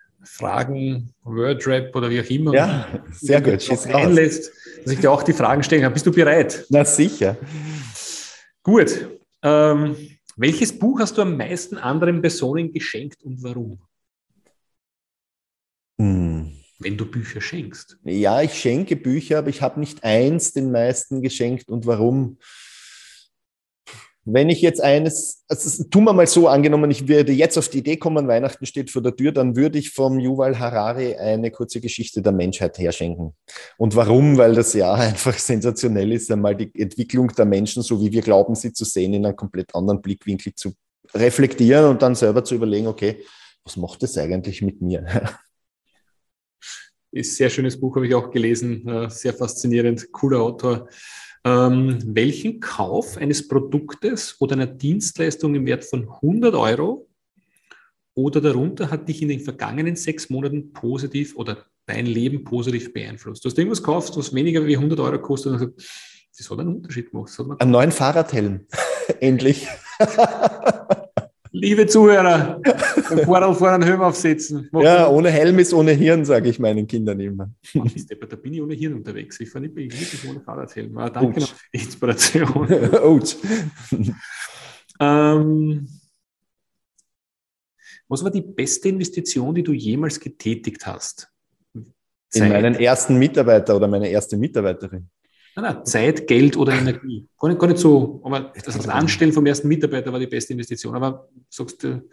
Fragen, Wordrap oder wie auch immer. Ja, sehr gut. Schieß einlässt, dass ich dir auch die Fragen stellen kann. Bist du bereit? Na sicher. Gut. Ähm, welches Buch hast du am meisten anderen Personen geschenkt und warum? Hm. Wenn du Bücher schenkst. Ja, ich schenke Bücher, aber ich habe nicht eins den meisten geschenkt. Und warum? Wenn ich jetzt eines, also tun wir mal so, angenommen, ich würde jetzt auf die Idee kommen, Weihnachten steht vor der Tür, dann würde ich vom Yuval Harari eine kurze Geschichte der Menschheit herschenken. Und warum? Weil das ja einfach sensationell ist, einmal die Entwicklung der Menschen, so wie wir glauben, sie zu sehen, in einem komplett anderen Blickwinkel zu reflektieren und dann selber zu überlegen, okay, was macht das eigentlich mit mir? Ist ein sehr schönes Buch, habe ich auch gelesen, sehr faszinierend, cooler Autor. Ähm, welchen Kauf eines Produktes oder einer Dienstleistung im Wert von hundert Euro oder darunter hat dich in den vergangenen sechs Monaten positiv oder dein Leben positiv beeinflusst? Du hast irgendwas gekauft, was weniger wie hundert Euro kostet und hast gesagt, das hat einen Unterschied gemacht. Einen neuen Fahrradhelm, endlich. Liebe Zuhörer, beim Fahrrad vor einen Helm aufsetzen. Mach ja, mal. ohne Helm ist ohne Hirn, sage ich meinen Kindern immer. Ach, da bin ich ohne Hirn unterwegs. Ich fahre nicht wirklich ohne Fahrradhelm. Aber danke noch für die Inspiration. ähm, was war die beste Investition, die du jemals getätigt hast? Zeit. In meinen ersten Mitarbeiter oder meine erste Mitarbeiterin. Nein, nein, Zeit, Geld oder Energie. Gar nicht, gar nicht so, aber das Anstellen vom ersten Mitarbeiter war die beste Investition. Aber sagst du.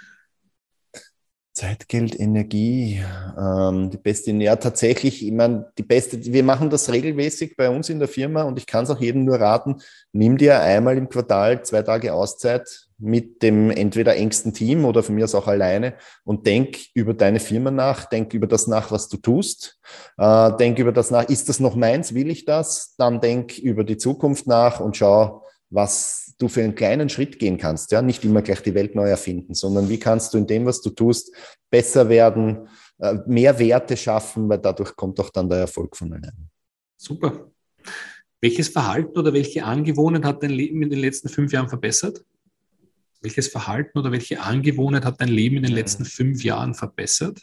Zeit, Geld, Energie, ähm, die beste, ja tatsächlich, ich meine, die beste, wir machen das regelmäßig bei uns in der Firma und ich kann es auch jedem nur raten, nimm dir einmal im Quartal zwei Tage Auszeit mit dem entweder engsten Team oder von mir aus auch alleine und denk über deine Firma nach, denk über das nach, was du tust, äh, denk über das nach, ist das noch meins, will ich das? Dann denk über die Zukunft nach und schau, was du für einen kleinen Schritt gehen kannst. Ja, nicht immer gleich die Welt neu erfinden, sondern wie kannst du in dem, was du tust, besser werden, äh, mehr Werte schaffen, weil dadurch kommt auch dann der Erfolg von alleine. Super. Welches Verhalten oder welche Angewohnheit hat dein Leben in den letzten fünf Jahren verbessert? Welches Verhalten oder welche Angewohnheit hat dein Leben in den letzten fünf Jahren verbessert?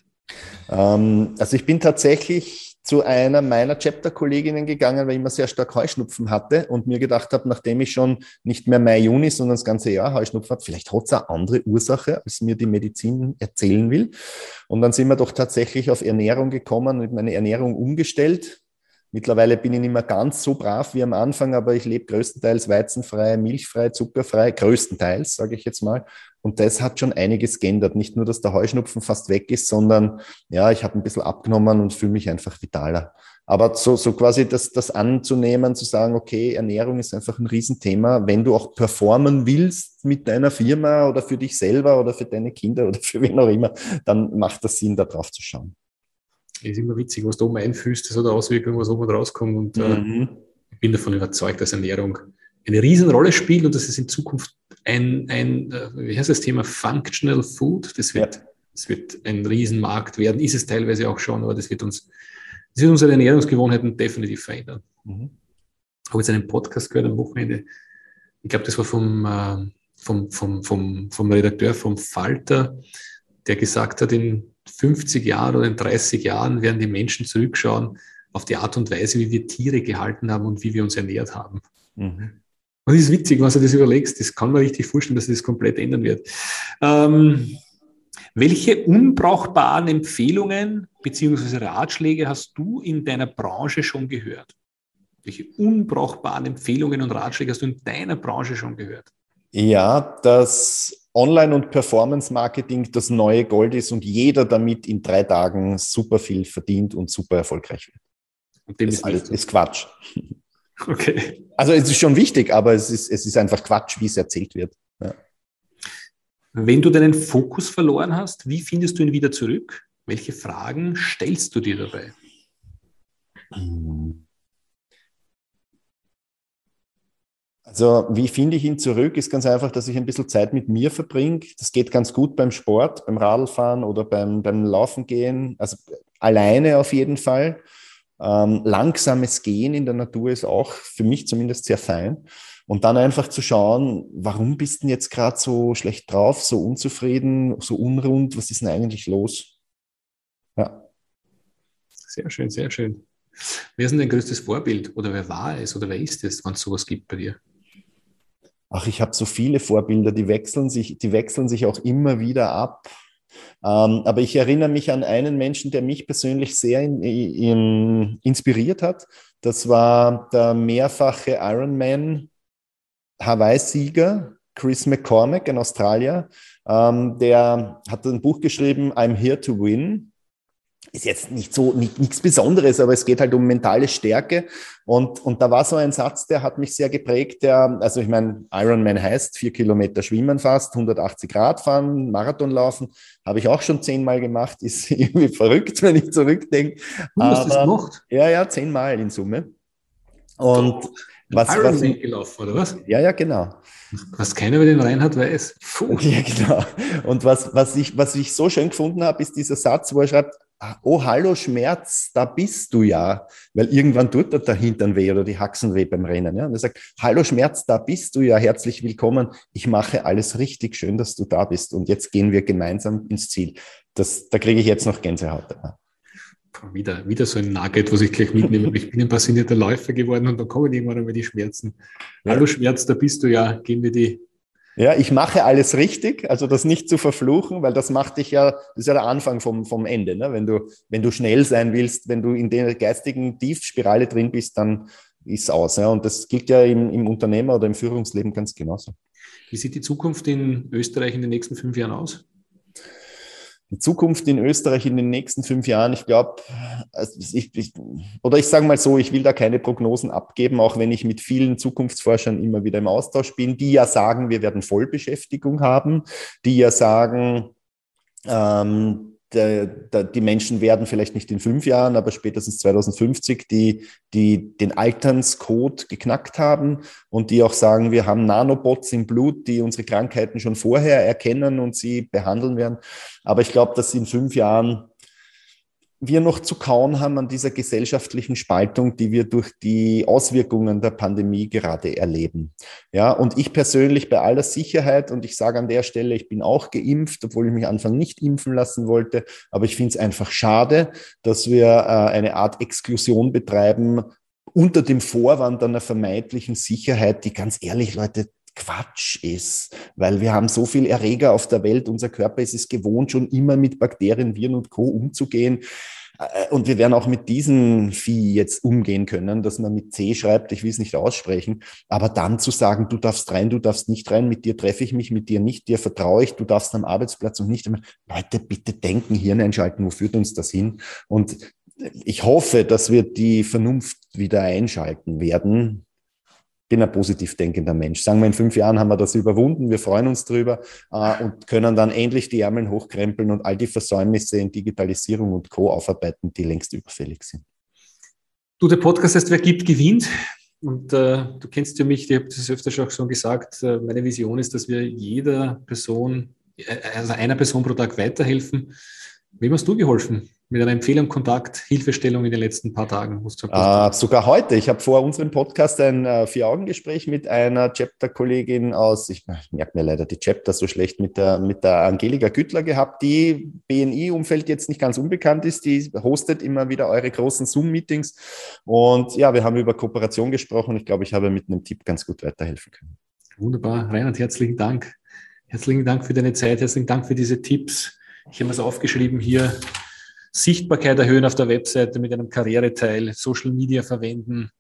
Ähm, also ich bin tatsächlich zu einer meiner Chapter-Kolleginnen gegangen, weil ich immer sehr stark Heuschnupfen hatte und mir gedacht habe, nachdem ich schon nicht mehr Mai, Juni, sondern das ganze Jahr Heuschnupfen habe, vielleicht hat es eine andere Ursache, als mir die Medizin erzählen will. Und dann sind wir doch tatsächlich auf Ernährung gekommen und meine Ernährung umgestellt. Mittlerweile bin ich nicht mehr ganz so brav wie am Anfang, aber ich lebe größtenteils weizenfrei, milchfrei, zuckerfrei, größtenteils, sage ich jetzt mal. Und das hat schon einiges geändert. Nicht nur, dass der Heuschnupfen fast weg ist, sondern ja, ich habe ein bisschen abgenommen und fühle mich einfach vitaler. Aber so, so quasi das, das anzunehmen, zu sagen, okay, Ernährung ist einfach ein Riesenthema. Wenn du auch performen willst mit deiner Firma oder für dich selber oder für deine Kinder oder für wen auch immer, dann macht das Sinn, da drauf zu schauen. Ist immer witzig, was du oben einfühlst, das hat eine Auswirkung, was oben rauskommt. Und mhm. äh, ich bin davon überzeugt, dass Ernährung eine Riesenrolle spielt und dass es in Zukunft ein, ein äh, wie heißt das Thema, Functional Food, das wird, ja. das wird ein Riesenmarkt werden, ist es teilweise auch schon, aber das wird uns, das wird unsere Ernährungsgewohnheiten definitiv verändern. Mhm. Ich habe jetzt einen Podcast gehört am Wochenende, ich glaube, das war vom, äh, vom, vom, vom, vom Redakteur vom Falter, der gesagt hat, in fünfzig Jahren oder in dreißig Jahren werden die Menschen zurückschauen auf die Art und Weise, wie wir Tiere gehalten haben und wie wir uns ernährt haben. Mhm. Und das ist witzig, was du das überlegst. Das kann man richtig vorstellen, dass sich das komplett ändern wird. Ähm, welche unbrauchbaren Empfehlungen bzw. Ratschläge hast du in deiner Branche schon gehört? Welche unbrauchbaren Empfehlungen und Ratschläge hast du in deiner Branche schon gehört? Ja, dass Online- und Performance-Marketing das neue Gold ist und jeder damit in drei Tagen super viel verdient und super erfolgreich wird. Und dem das ist, alles, ist Quatsch. Okay. Also es ist schon wichtig, aber es ist, es ist einfach Quatsch, wie es erzählt wird. Ja. Wenn du deinen Fokus verloren hast, wie findest du ihn wieder zurück? Welche Fragen stellst du dir dabei? Also wie finde ich ihn zurück, ist ganz einfach, dass ich ein bisschen Zeit mit mir verbringe. Das geht ganz gut beim Sport, beim Radlfahren oder beim, beim Laufen gehen. Also alleine auf jeden Fall. Ähm, langsames Gehen in der Natur ist auch für mich zumindest sehr fein. Und dann einfach zu schauen, warum bist du denn jetzt gerade so schlecht drauf, so unzufrieden, so unrund, was ist denn eigentlich los? Ja. Sehr schön, sehr schön. Wer ist denn dein größtes Vorbild oder wer war es oder wer ist es, wenn es sowas gibt bei dir? Ach, ich habe so viele Vorbilder, die wechseln sich, die wechseln sich auch immer wieder ab. Ähm, aber ich erinnere mich an einen Menschen, der mich persönlich sehr in, in, inspiriert hat. Das war der mehrfache Ironman Hawaii-Sieger, Chris McCormack, ein Australier, ähm, der hat ein Buch geschrieben, I'm Here to Win. Ist jetzt nicht so, nicht, nichts Besonderes, aber es geht halt um mentale Stärke. Und, und da war so ein Satz, der hat mich sehr geprägt. Der, also ich meine, Ironman heißt vier Kilometer schwimmen fast, hundertachtzig Rad fahren, Marathon laufen. Habe ich auch schon zehnmal gemacht. Ist irgendwie verrückt, wenn ich zurückdenke. Du hast das gemacht? Ja, ja, zehnmal in Summe. Und so, was, Ironman was gelaufen, oder was? Ja, ja, genau. Was keiner über den Reinhard weiß. Puh. Ja, genau. Und was, was, ich, was ich so schön gefunden habe, ist dieser Satz, wo er schreibt, oh, hallo Schmerz, da bist du ja. Weil irgendwann tut er der Hintern weh oder die Haxen weh beim Rennen. Ja? Und er sagt, hallo Schmerz, da bist du ja, herzlich willkommen. Ich mache alles richtig, schön, dass du da bist. Und jetzt gehen wir gemeinsam ins Ziel. Das, da kriege ich jetzt noch Gänsehaut. Wieder, wieder so ein Nugget, was ich gleich mitnehme. Ich bin ein passionierter Läufer geworden und dann kommen irgendwann einmal die Schmerzen. Ja. Hallo Schmerz, da bist du ja, gehen wir die. Ja, ich mache alles richtig, also das nicht zu verfluchen, weil das macht dich ja, das ist ja der Anfang vom, vom Ende. Ne? Wenn du, wenn du schnell sein willst, wenn du in der geistigen Tiefspirale drin bist, dann ist es aus. Ja? Und das gilt ja im, im Unternehmer- oder im Führungsleben ganz genauso. Wie sieht die Zukunft in Österreich in den nächsten fünf Jahren aus? Die Zukunft in Österreich in den nächsten fünf Jahren, ich glaube, also ich, ich, oder ich sage mal so, ich will da keine Prognosen abgeben, auch wenn ich mit vielen Zukunftsforschern immer wieder im Austausch bin, die ja sagen, wir werden Vollbeschäftigung haben, die ja sagen, ähm, der, der, die Menschen werden vielleicht nicht in fünf Jahren, aber spätestens zweitausendfünfzig die, die den Alternscode geknackt haben und die auch sagen, wir haben Nanobots im Blut, die unsere Krankheiten schon vorher erkennen und sie behandeln werden. Aber ich glaube, dass in fünf Jahren wir noch zu kauen haben an dieser gesellschaftlichen Spaltung, die wir durch die Auswirkungen der Pandemie gerade erleben. Ja, und ich persönlich bei aller Sicherheit, und ich sage an der Stelle, ich bin auch geimpft, obwohl ich mich Anfang nicht impfen lassen wollte, aber ich finde es einfach schade, dass wir äh, eine Art Exklusion betreiben unter dem Vorwand einer vermeintlichen Sicherheit, die ganz ehrlich, Leute, Quatsch ist, weil wir haben so viel Erreger auf der Welt, unser Körper ist es gewohnt, schon immer mit Bakterien, Viren und Co. umzugehen und wir werden auch mit diesem Vieh jetzt umgehen können, dass man mit C schreibt, ich will es nicht aussprechen, aber dann zu sagen, du darfst rein, du darfst nicht rein, mit dir treffe ich mich, mit dir nicht, dir vertraue ich, du darfst am Arbeitsplatz und nicht, Leute, bitte denken, Hirn einschalten, wo führt uns das hin? Und ich hoffe, dass wir die Vernunft wieder einschalten werden. Ich bin ein positiv denkender Mensch. Sagen wir, in fünf Jahren haben wir das überwunden, wir freuen uns drüber äh, und können dann endlich die Ärmel hochkrempeln und all die Versäumnisse in Digitalisierung und Co. aufarbeiten, die längst überfällig sind. Du, der Podcast heißt, wer gibt, gewinnt. Und äh, du kennst ja mich, ich habe das öfter schon gesagt, äh, meine Vision ist, dass wir jeder Person, also einer Person pro Tag weiterhelfen. Wem hast du geholfen? Mit einer Empfehlung, Kontakt, Hilfestellung in den letzten paar Tagen? Äh, sogar heute. Ich habe vor unserem Podcast ein äh, Vier-Augen-Gespräch mit einer Chapter-Kollegin aus, ich merke mir leider die Chapter so schlecht, mit der, mit der Angelika Güttler gehabt, die B N I-Umfeld jetzt nicht ganz unbekannt ist. Die hostet immer wieder eure großen Zoom-Meetings. Und ja, wir haben über Kooperation gesprochen. Ich glaube, ich habe mit einem Tipp ganz gut weiterhelfen können. Wunderbar. Reinhard, herzlichen Dank. Herzlichen Dank für deine Zeit. Herzlichen Dank für diese Tipps. Ich habe mir es aufgeschrieben hier. Sichtbarkeit erhöhen auf der Webseite mit einem Karriereteil, Social Media verwenden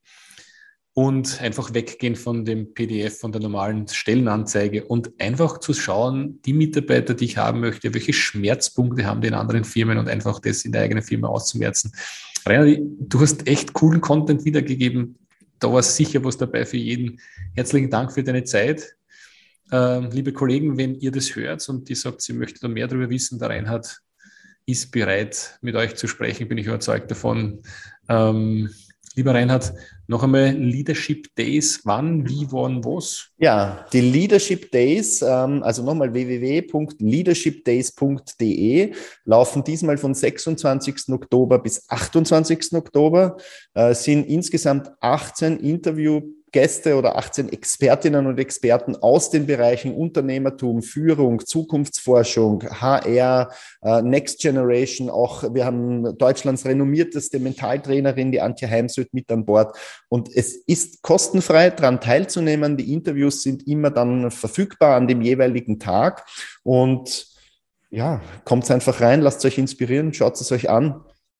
und einfach weggehen von dem P D F, von der normalen Stellenanzeige und einfach zu schauen, die Mitarbeiter, die ich haben möchte, welche Schmerzpunkte haben die in anderen Firmen und einfach das in der eigenen Firma auszumerzen. Rainer, du hast echt coolen Content wiedergegeben. Da war sicher was dabei für jeden. Herzlichen Dank für deine Zeit. Ähm, liebe Kollegen, wenn ihr das hört und ihr sagt, ihr möchtet da mehr darüber wissen, der Reinhard ist bereit, mit euch zu sprechen, bin ich überzeugt davon. Ähm, lieber Reinhard, noch einmal Leadership Days, wann, wie, wann, was? Ja, die Leadership Days, ähm, also nochmal w w w punkt leadership days punkt d e, laufen diesmal von sechsundzwanzigsten Oktober bis achtundzwanzigsten Oktober, äh, sind insgesamt achtzehn Interview Gäste oder achtzehn Expertinnen und Experten aus den Bereichen Unternehmertum, Führung, Zukunftsforschung, H R, äh, Next Generation. Auch wir haben Deutschlands renommierteste Mentaltrainerin, die Antje Heimsöth, mit an Bord. Und es ist kostenfrei, daran teilzunehmen. Die Interviews sind immer dann verfügbar an dem jeweiligen Tag. Und ja, kommt einfach rein, lasst euch inspirieren, schaut es euch an.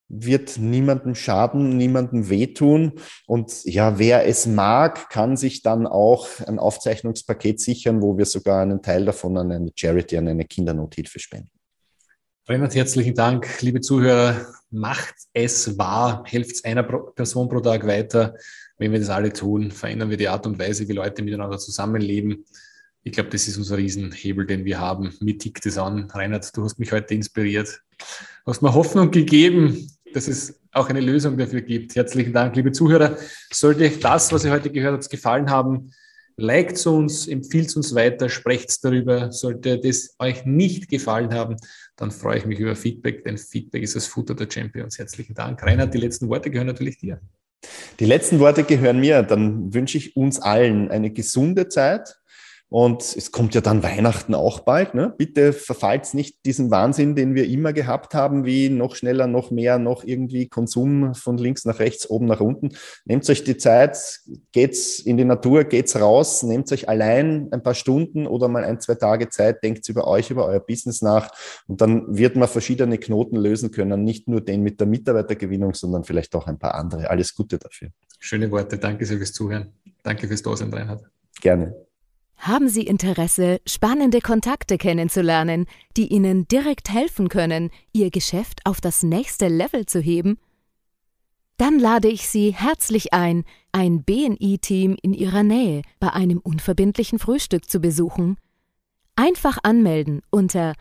wird niemandem schaden, niemandem wehtun. Und ja, wer es mag, kann sich dann auch ein Aufzeichnungspaket sichern, wo wir sogar einen Teil davon an eine Charity, an eine Kindernothilfe spenden. Reinhard, herzlichen Dank. Liebe Zuhörer, macht es wahr, helft einer Person pro Tag weiter. Wenn wir das alle tun, verändern wir die Art und Weise, wie Leute miteinander zusammenleben. Ich glaube, das ist unser Riesenhebel, den wir haben. Mir tickt es an. Reinhard, du hast mich heute inspiriert. Du hast mir Hoffnung gegeben, dass es auch eine Lösung dafür gibt. Herzlichen Dank, liebe Zuhörer. Sollte euch das, was ihr heute gehört habt, gefallen haben, liked uns, empfiehlt uns weiter, sprecht darüber. Sollte das euch nicht gefallen haben, dann freue ich mich über Feedback, denn Feedback ist das Futter der Champions. Herzlichen Dank. Reinhard, die letzten Worte gehören natürlich dir. Die letzten Worte gehören mir. Dann wünsche ich uns allen eine gesunde Zeit. Und es kommt ja dann Weihnachten auch bald. Ne? Bitte verfallt nicht diesen Wahnsinn, den wir immer gehabt haben, wie noch schneller, noch mehr, noch irgendwie Konsum von links nach rechts, oben nach unten. Nehmt euch die Zeit, geht's in die Natur, geht's raus, nehmt euch allein ein paar Stunden oder mal ein, zwei Tage Zeit, denkt über euch, über euer Business nach und dann wird man verschiedene Knoten lösen können. Nicht nur den mit der Mitarbeitergewinnung, sondern vielleicht auch ein paar andere. Alles Gute dafür. Schöne Worte. Danke sehr fürs Zuhören. Danke fürs Dasein, Reinhard. Gerne. Haben Sie Interesse, spannende Kontakte kennenzulernen, die Ihnen direkt helfen können, Ihr Geschäft auf das nächste Level zu heben? Dann lade ich Sie herzlich ein, ein B N I-Team in Ihrer Nähe bei einem unverbindlichen Frühstück zu besuchen. Einfach anmelden unter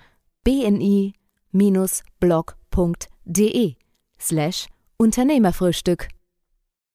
bni-blog.de slash Unternehmerfrühstück.